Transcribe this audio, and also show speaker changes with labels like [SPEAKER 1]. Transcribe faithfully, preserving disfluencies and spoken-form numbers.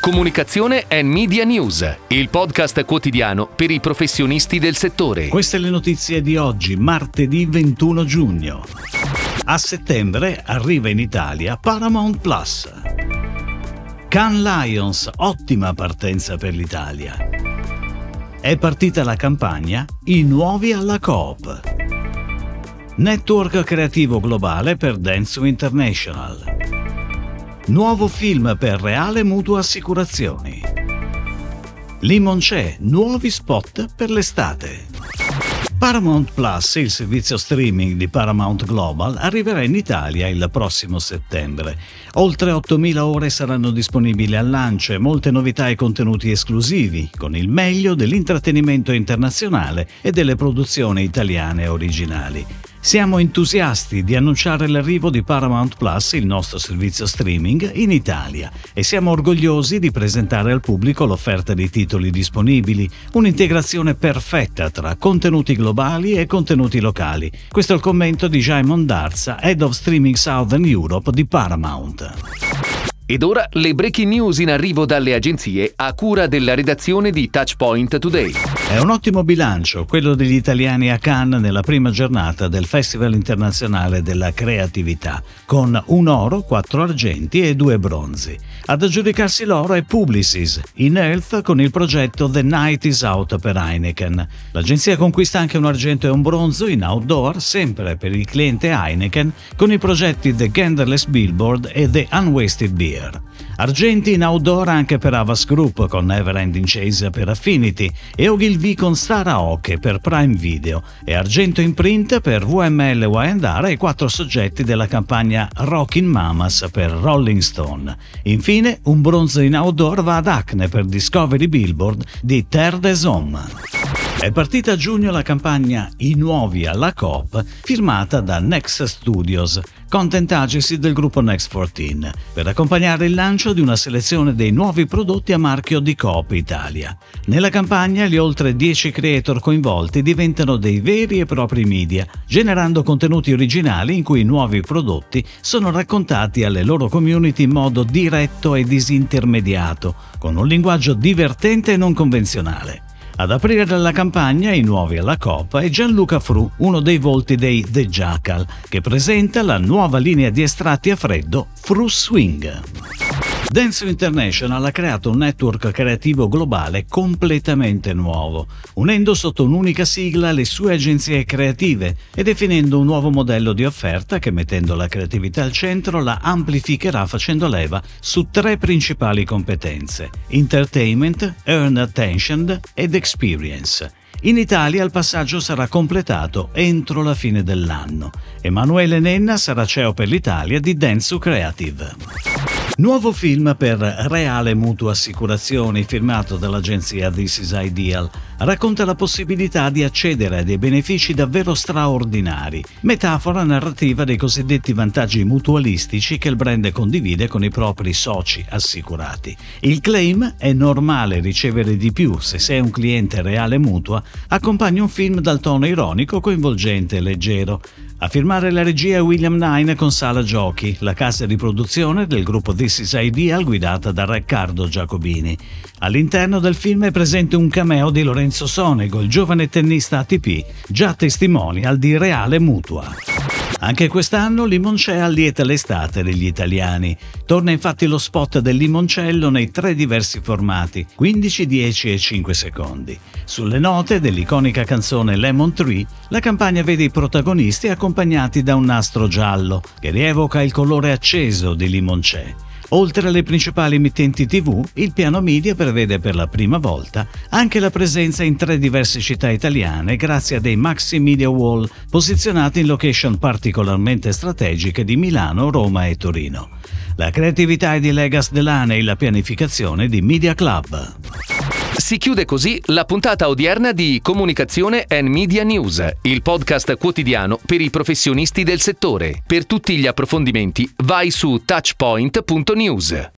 [SPEAKER 1] Comunicazione and Media News, il podcast quotidiano per i professionisti del settore.
[SPEAKER 2] Queste le notizie di oggi, martedì ventuno giugno. A settembre arriva in Italia Paramount Plus. Cannes Lions, ottima partenza per l'Italia. È partita la campagna I nuovi alla Coop. Network creativo globale per Dentsu International. Nuovo film per Reale Mutuo Assicurazioni. Limoncello, nuovi spot per l'estate. Paramount Plus, il servizio streaming di Paramount Global, arriverà in Italia il prossimo settembre. Oltre ottomila ore saranno disponibili al lancio e molte novità e contenuti esclusivi, con il meglio dell'intrattenimento internazionale e delle produzioni italiane originali. Siamo entusiasti di annunciare l'arrivo di Paramount Plus, il nostro servizio streaming, in Italia e siamo orgogliosi di presentare al pubblico l'offerta di titoli disponibili, un'integrazione perfetta tra contenuti globali e contenuti locali. Questo è il commento di Jaimon Darza, Head of Streaming Southern Europe di Paramount.
[SPEAKER 1] Ed ora le breaking news in arrivo dalle agenzie a cura della redazione di Touchpoint Today.
[SPEAKER 2] È un ottimo bilancio quello degli italiani a Cannes nella prima giornata del Festival Internazionale della Creatività, con un oro, quattro argenti e due bronzi. Ad aggiudicarsi l'oro è Publicis, in Health con il progetto The Night is Out per Heineken. L'agenzia conquista anche un argento e un bronzo in Outdoor, sempre per il cliente Heineken, con i progetti The Genderless Billboard e The Unwasted Beer. Argenti in Outdoor anche per Havas Group con Neverending Chase per Affinity e Ogilvy con Staraoke per Prime Video e argento in print per V M L Y and R e quattro soggetti della campagna Rockin' Mamas per Rolling Stone. Infine un bronzo in Outdoor va ad Acne per Discovery Billboard di Terre des Hommes. È partita a giugno la campagna I nuovi alla Coop, firmata da Next Studios, content agency del gruppo Next quattordici, per accompagnare il lancio di una selezione dei nuovi prodotti a marchio di Coop Italia. Nella campagna gli oltre dieci creator coinvolti diventano dei veri e propri media, generando contenuti originali in cui i nuovi prodotti sono raccontati alle loro community in modo diretto e disintermediato, con un linguaggio divertente e non convenzionale. Ad aprire la campagna I nuovi alla Coop è Gianluca Fru, uno dei volti dei The Jackal, che presenta la nuova linea di estratti a freddo Fru Swing. Dentsu International ha creato un network creativo globale completamente nuovo, unendo sotto un'unica sigla le sue agenzie creative e definendo un nuovo modello di offerta che, mettendo la creatività al centro, la amplificherà facendo leva su tre principali competenze: entertainment, earned attention ed experience. In Italia il passaggio sarà completato entro la fine dell'anno. Emanuele Nenna sarà C E O per l'Italia di Dentsu Creative. Nuovo film per Reale Mutuo Assicurazioni, firmato dall'agenzia This Is Ideal, racconta la possibilità di accedere a dei benefici davvero straordinari, metafora narrativa dei cosiddetti vantaggi mutualistici che il brand condivide con i propri soci assicurati. Il claim è normale ricevere di più se sei un cliente Reale Mutua, accompagna un film dal tono ironico, coinvolgente e leggero. A firmare la regia William Nine con Sala Giochi, la casa di produzione del gruppo This Is Ideal guidata da Riccardo Giacobini. All'interno del film è presente un cameo di Lorenzo Sonego, il giovane tennista A T P, già testimonial di Reale Mutua. Anche quest'anno Limoncello allieta l'estate degli italiani. Torna infatti lo spot del limoncello nei tre diversi formati, quindici, dieci e cinque secondi. Sulle note dell'iconica canzone Lemon Tree, la campagna vede i protagonisti accompagnati da un nastro giallo, che rievoca il colore acceso di limoncello. Oltre alle principali emittenti tivù, il piano media prevede per la prima volta anche la presenza in tre diverse città italiane grazie a dei maxi media wall posizionati in location particolarmente strategiche di Milano, Roma e Torino. La creatività è di Legas Delane e la pianificazione di Media Club.
[SPEAKER 1] Si chiude così la puntata odierna di Comunicazione and Media News, il podcast quotidiano per i professionisti del settore. Per tutti gli approfondimenti vai su touchpoint punto news.